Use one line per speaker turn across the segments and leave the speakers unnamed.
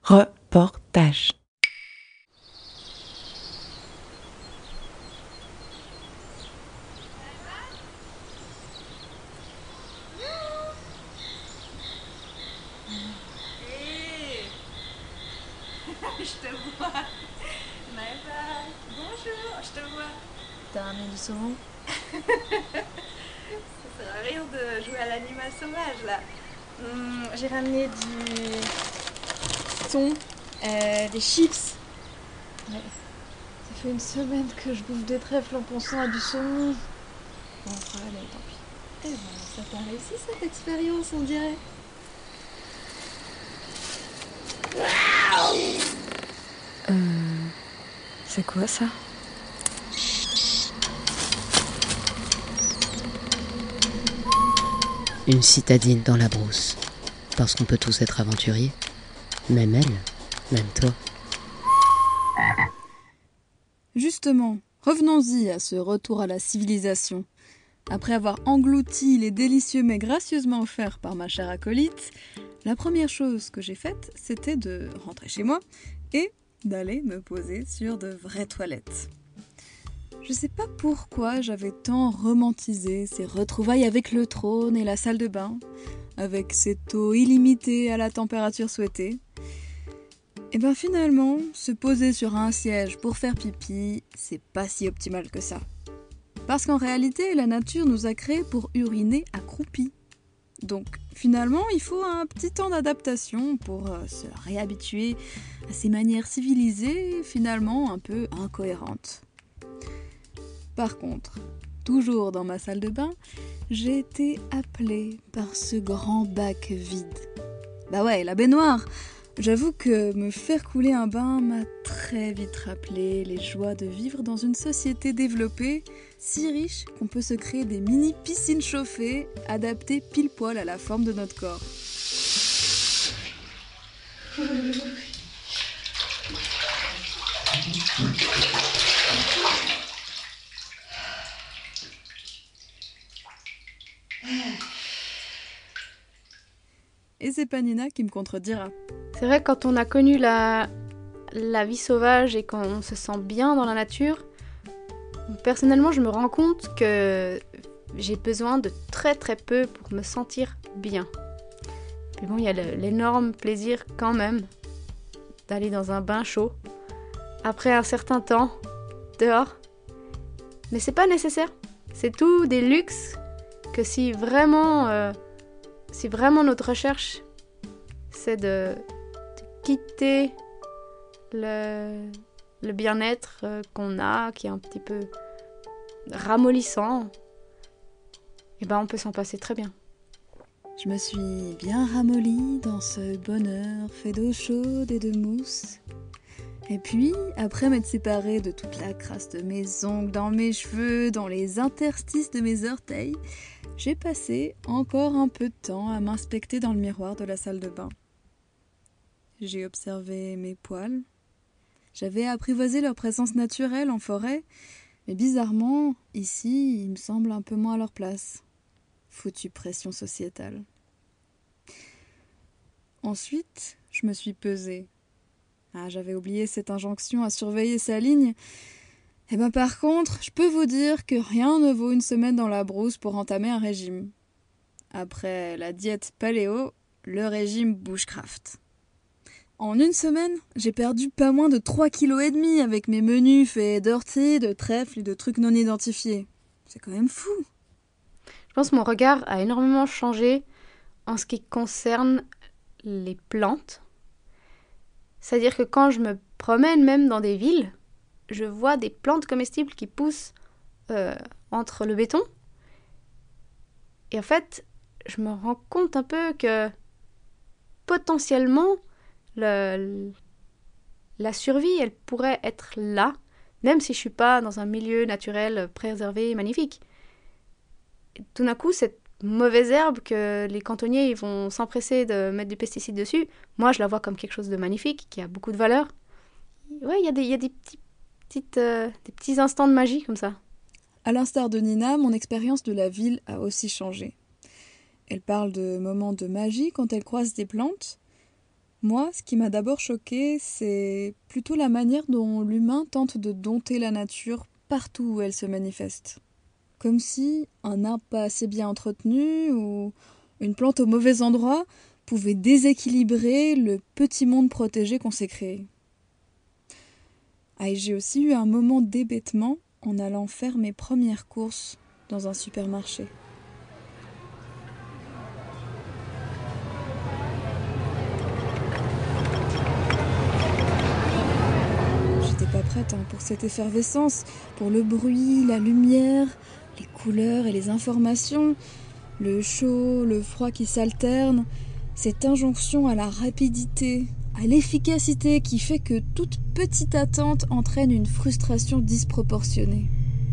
Reportage.
Je te vois. Maëva, bonjour, je te vois.
T'as ramené du saumon?
Ça sert à rien de jouer à l'animal sauvage là. J'ai ramené du thon, des chips.
Ouais. Ça fait une semaine que je bouffe des trèfles en pensant à du saumon. Bon, allez, tant pis.
Eh ben, ça t'a réussi cette expérience, on dirait.
C'est quoi ça?
Une citadine dans la brousse. Parce qu'on peut tous être aventuriers. Même elle, même toi.
Justement, revenons-y à ce retour à la civilisation. Après avoir englouti les délicieux mets gracieusement offerts par ma chère acolyte, la première chose que j'ai faite, c'était de rentrer chez moi et d'aller me poser sur de vraies toilettes. Je sais pas pourquoi j'avais tant romantisé ces retrouvailles avec le trône et la salle de bain, avec cette eau illimitée à la température souhaitée. Et ben finalement, se poser sur un siège pour faire pipi, c'est pas si optimal que ça. Parce qu'en réalité, la nature nous a créés pour uriner accroupis. Donc finalement, il faut un petit temps d'adaptation pour se réhabituer à ces manières civilisées, finalement un peu incohérentes. Par contre, toujours dans ma salle de bain, j'ai été appelée par ce grand bac vide. Bah ouais, la baignoire! J'avoue que me faire couler un bain m'a très vite rappelé les joies de vivre dans une société développée, si riche qu'on peut se créer des mini piscines chauffées, adaptées pile poil à la forme de notre corps. Et c'est pas Nina qui me contredira.
C'est vrai que quand on a connu la vie sauvage et qu'on se sent bien dans la nature, personnellement je me rends compte que j'ai besoin de très très peu pour me sentir bien. Mais bon, il y a l'énorme plaisir quand même d'aller dans un bain chaud après un certain temps dehors. Mais c'est pas nécessaire. C'est tout des luxes que si vraiment notre recherche c'est de quitter le bien-être qu'on a, qui est un petit peu ramollissant, et ben on peut s'en passer très bien.
Je me suis bien ramollie dans ce bonheur fait d'eau chaude et de mousse. Et puis, après m'être séparée de toute la crasse de mes ongles, dans mes cheveux, dans les interstices de mes orteils, j'ai passé encore un peu de temps à m'inspecter dans le miroir de la salle de bain. J'ai observé mes poils. J'avais apprivoisé leur présence naturelle en forêt, mais bizarrement, ici, ils me semblent un peu moins à leur place. Foutue pression sociétale. Ensuite, je me suis pesée. J'avais oublié cette injonction à surveiller sa ligne. Et ben par contre, je peux vous dire que rien ne vaut une semaine dans la brousse pour entamer un régime. Après la diète paléo, le régime bushcraft. En une semaine, j'ai perdu pas moins de 3,5 kg avec mes menus faits d'orties, de trèfles et de trucs non identifiés. C'est quand même fou.
Je pense que mon regard a énormément changé en ce qui concerne les plantes. C'est-à-dire que quand je me promène même dans des villes, je vois des plantes comestibles qui poussent entre le béton. Et en fait, je me rends compte un peu que potentiellement, la survie, elle pourrait être là, même si je ne suis pas dans un milieu naturel préservé et magnifique. Et tout d'un coup, cette mauvaise herbe que les cantonniers ils vont s'empresser de mettre du pesticide dessus, moi, je la vois comme quelque chose de magnifique, qui a beaucoup de valeur. Ouais, il y a des petits instants de magie comme ça.
À l'instar de Nina, mon expérience de la ville a aussi changé. Elle parle de moments de magie quand elle croise des plantes. Moi, ce qui m'a d'abord choqué, c'est plutôt la manière dont l'humain tente de dompter la nature partout où elle se manifeste. Comme si un arbre pas assez bien entretenu ou une plante au mauvais endroit pouvait déséquilibrer le petit monde protégé qu'on s'est créé. Ah, et j'ai aussi eu un moment d'hébétement en allant faire mes premières courses dans un supermarché. J'étais pas prête pour cette effervescence, pour le bruit, la lumière, les couleurs et les informations, le chaud, le froid qui s'alternent, cette injonction à la rapidité, à l'efficacité qui fait que toute petite attente entraîne une frustration disproportionnée.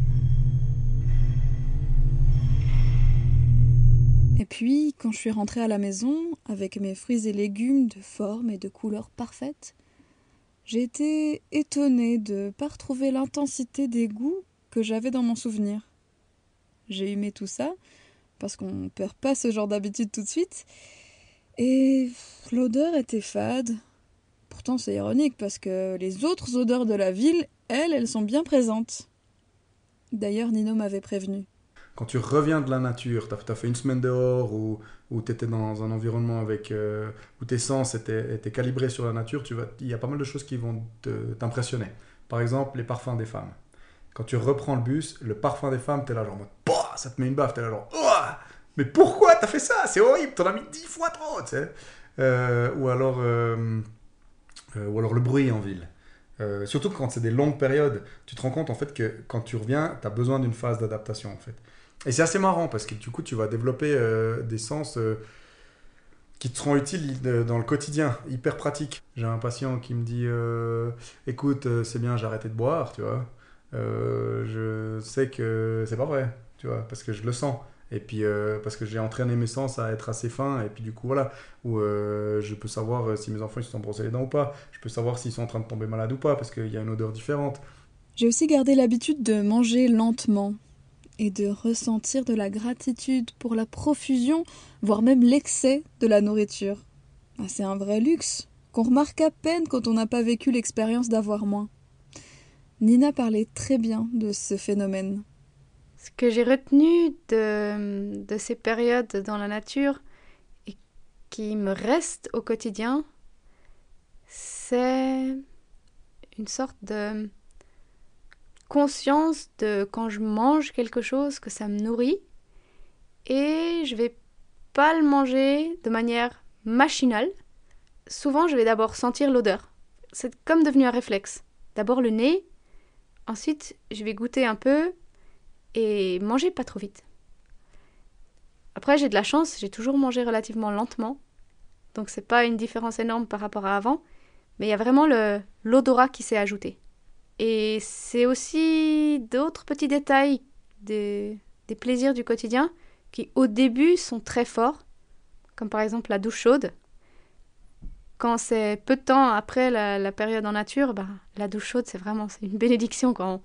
Et puis, quand je suis rentrée à la maison, avec mes fruits et légumes de forme et de couleurs parfaites, j'ai été étonnée de ne pas retrouver l'intensité des goûts que j'avais dans mon souvenir. J'ai aimé tout ça, parce qu'on ne perd pas ce genre d'habitude tout de suite, et l'odeur était fade. Pourtant, c'est ironique, parce que les autres odeurs de la ville, elles sont bien présentes. D'ailleurs, Nino m'avait prévenu.
Quand tu reviens de la nature, tu as fait une semaine dehors ou tu étais dans un environnement où tes sens étaient calibrés sur la nature, il y a pas mal de choses qui vont t'impressionner. Par exemple, les parfums des femmes. Quand tu reprends le bus, le parfum des femmes, t'es là genre, bah, ça te met une baffe, t'es là genre, oh, mais pourquoi t'as fait ça? C'est horrible, t'en as mis 10 fois trop, tu sais. Ou alors le bruit en ville. Surtout quand c'est des longues périodes, tu te rends compte en fait que quand tu reviens, tu as besoin d'une phase d'adaptation en fait. Et c'est assez marrant parce que du coup, tu vas développer des sens qui te seront utiles dans le quotidien, hyper pratiques. J'ai un patient qui me dit écoute, c'est bien, j'ai arrêté de boire, tu vois. Je sais que c'est pas vrai, tu vois, parce que je le sens. Et puis parce que j'ai entraîné mes sens à être assez fins, et puis du coup voilà, où je peux savoir si mes enfants ils se sont brossés les dents ou pas, je peux savoir s'ils sont en train de tomber malades ou pas, parce qu'il y a une odeur différente.
J'ai aussi gardé l'habitude de manger lentement et de ressentir de la gratitude pour la profusion, voire même l'excès de la nourriture. Ah, c'est un vrai luxe, qu'on remarque à peine quand on n'a pas vécu l'expérience d'avoir moins. Nina parlait très bien de ce phénomène.
Ce que j'ai retenu de ces périodes dans la nature et qui me reste au quotidien, c'est une sorte de conscience de quand je mange quelque chose que ça me nourrit et je vais pas le manger de manière machinale. Souvent, je vais d'abord sentir l'odeur. C'est comme devenu un réflexe. D'abord le nez, ensuite je vais goûter un peu et manger pas trop vite. Après, j'ai de la chance, j'ai toujours mangé relativement lentement, donc c'est pas une différence énorme par rapport à avant, mais il y a vraiment l'odorat qui s'est ajouté. Et c'est aussi d'autres petits détails des plaisirs du quotidien qui au début sont très forts, comme par exemple la douche chaude. Quand c'est peu de temps après la période en nature, la douche chaude c'est une bénédiction quand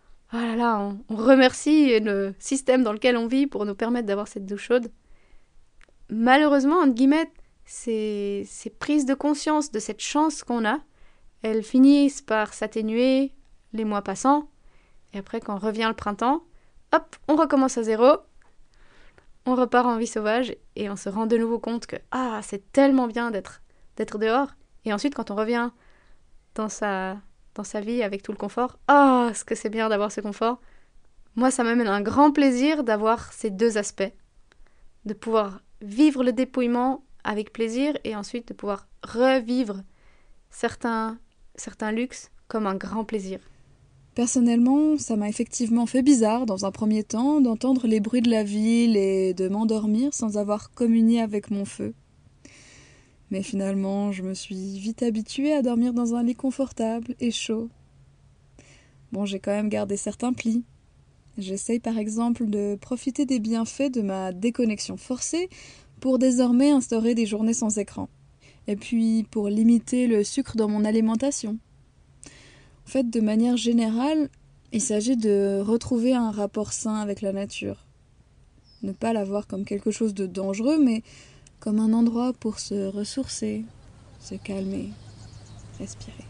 on remercie le système dans lequel on vit pour nous permettre d'avoir cette douche chaude. Malheureusement, entre guillemets, ces prises de conscience de cette chance qu'on a, elles finissent par s'atténuer les mois passant. Et après, quand revient le printemps, hop, on recommence à zéro. On repart en vie sauvage et on se rend de nouveau compte que c'est tellement bien d'être dehors. Et ensuite, quand on revient dans sa vie avec tout le confort, ce que c'est bien d'avoir ce confort. Moi, ça m'amène un grand plaisir d'avoir ces deux aspects. De pouvoir vivre le dépouillement avec plaisir et ensuite de pouvoir revivre certains luxes comme un grand plaisir.
Personnellement, ça m'a effectivement fait bizarre, dans un premier temps, d'entendre les bruits de la ville et de m'endormir sans avoir communié avec mon feu. Mais finalement, je me suis vite habituée à dormir dans un lit confortable et chaud. Bon, j'ai quand même gardé certains plis. J'essaye par exemple de profiter des bienfaits de ma déconnexion forcée pour désormais instaurer des journées sans écran. Et puis pour limiter le sucre dans mon alimentation. En fait, de manière générale, il s'agit de retrouver un rapport sain avec la nature. Ne pas la voir comme quelque chose de dangereux, mais comme un endroit pour se ressourcer, se calmer, respirer.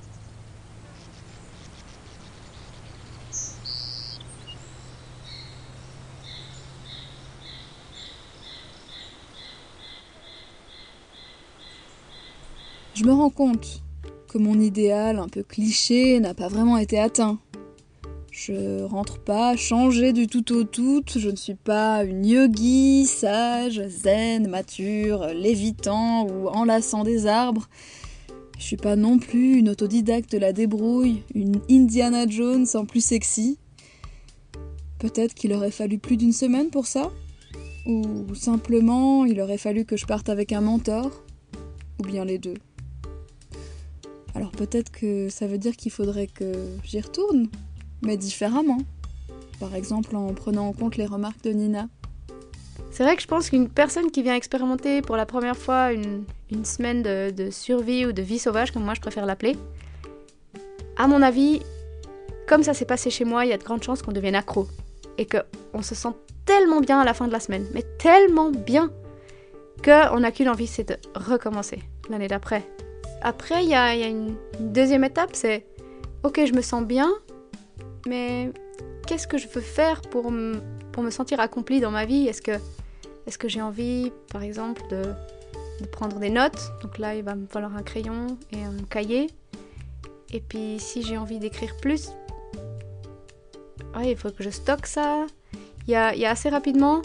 Je me rends compte que mon idéal un peu cliché n'a pas vraiment été atteint. Je rentre pas changée du tout au tout, je ne suis pas une yogi, sage, zen, mature, lévitant ou enlaçant des arbres. Je suis pas non plus une autodidacte de la débrouille, une Indiana Jones en plus sexy. Peut-être qu'il aurait fallu plus d'une semaine pour ça, ou simplement il aurait fallu que je parte avec un mentor, ou bien les deux. Alors peut-être que ça veut dire qu'il faudrait que j'y retourne, mais différemment. Par exemple en prenant en compte les remarques de Nina.
C'est vrai que je pense qu'une personne qui vient expérimenter pour la première fois une semaine de survie ou de vie sauvage, comme moi je préfère l'appeler, à mon avis, comme ça s'est passé chez moi, il y a de grandes chances qu'on devienne accro. Et qu'on se sent tellement bien à la fin de la semaine, mais tellement bien, qu'on n'a qu'une envie, c'est de recommencer l'année d'après. Après, il y a une deuxième étape, c'est « Ok, je me sens bien, mais qu'est-ce que je veux faire pour me sentir accomplie dans ma vie ? Est-ce que j'ai envie, par exemple, de prendre des notes ? Donc là, il va me falloir un crayon et un cahier. Et puis, si j'ai envie d'écrire plus, il faut que je stocke ça. Il y a assez rapidement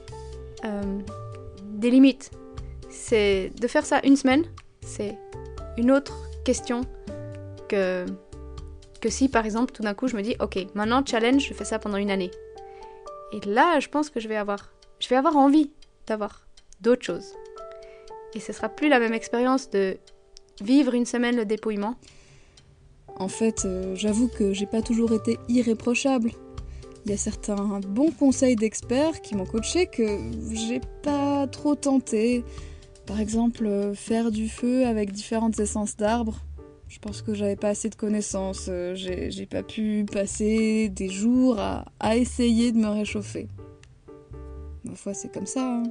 des limites. C'est de faire ça une semaine, c'est une autre question que si, par exemple, tout d'un coup, je me dis « Ok, maintenant, challenge, je fais ça pendant une année. » Et là, je pense que je vais avoir envie d'avoir d'autres choses. Et ce sera plus la même expérience de vivre une semaine le dépouillement.
En fait, j'avoue que j'ai pas toujours été irréprochable. Il y a certains bons conseils d'experts qui m'ont coaché que j'ai pas trop tenté. Par exemple, faire du feu avec différentes essences d'arbres. Je pense que j'avais pas assez de connaissances. J'ai pas pu passer des jours à essayer de me réchauffer. Ma foi, c'est comme ça. Hein.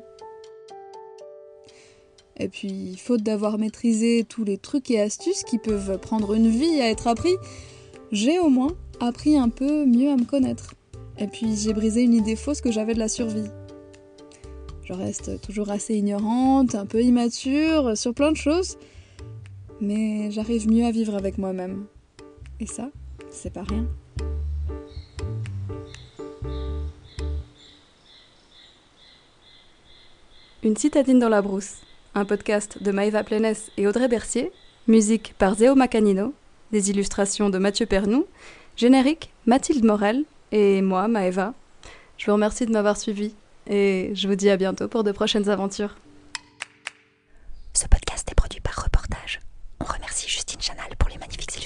Et puis, faute d'avoir maîtrisé tous les trucs et astuces qui peuvent prendre une vie à être appris, j'ai au moins appris un peu mieux à me connaître. Et puis, j'ai brisé une idée fausse que j'avais de la survie. Je reste toujours assez ignorante, un peu immature sur plein de choses, mais j'arrive mieux à vivre avec moi-même. Et ça, c'est pas rien.
Une citadine dans la brousse, un podcast de Maëva Plénès et Audrey Bercier, musique par Zéo Macanino, des illustrations de Mathieu Pernou, générique Mathilde Morel et moi, Maëva. Je vous remercie de m'avoir suivi et je vous dis à bientôt pour de prochaines aventures.
Ce podcast est produit par Reportage. On remercie Justine Chanal pour les magnifiques illustrations.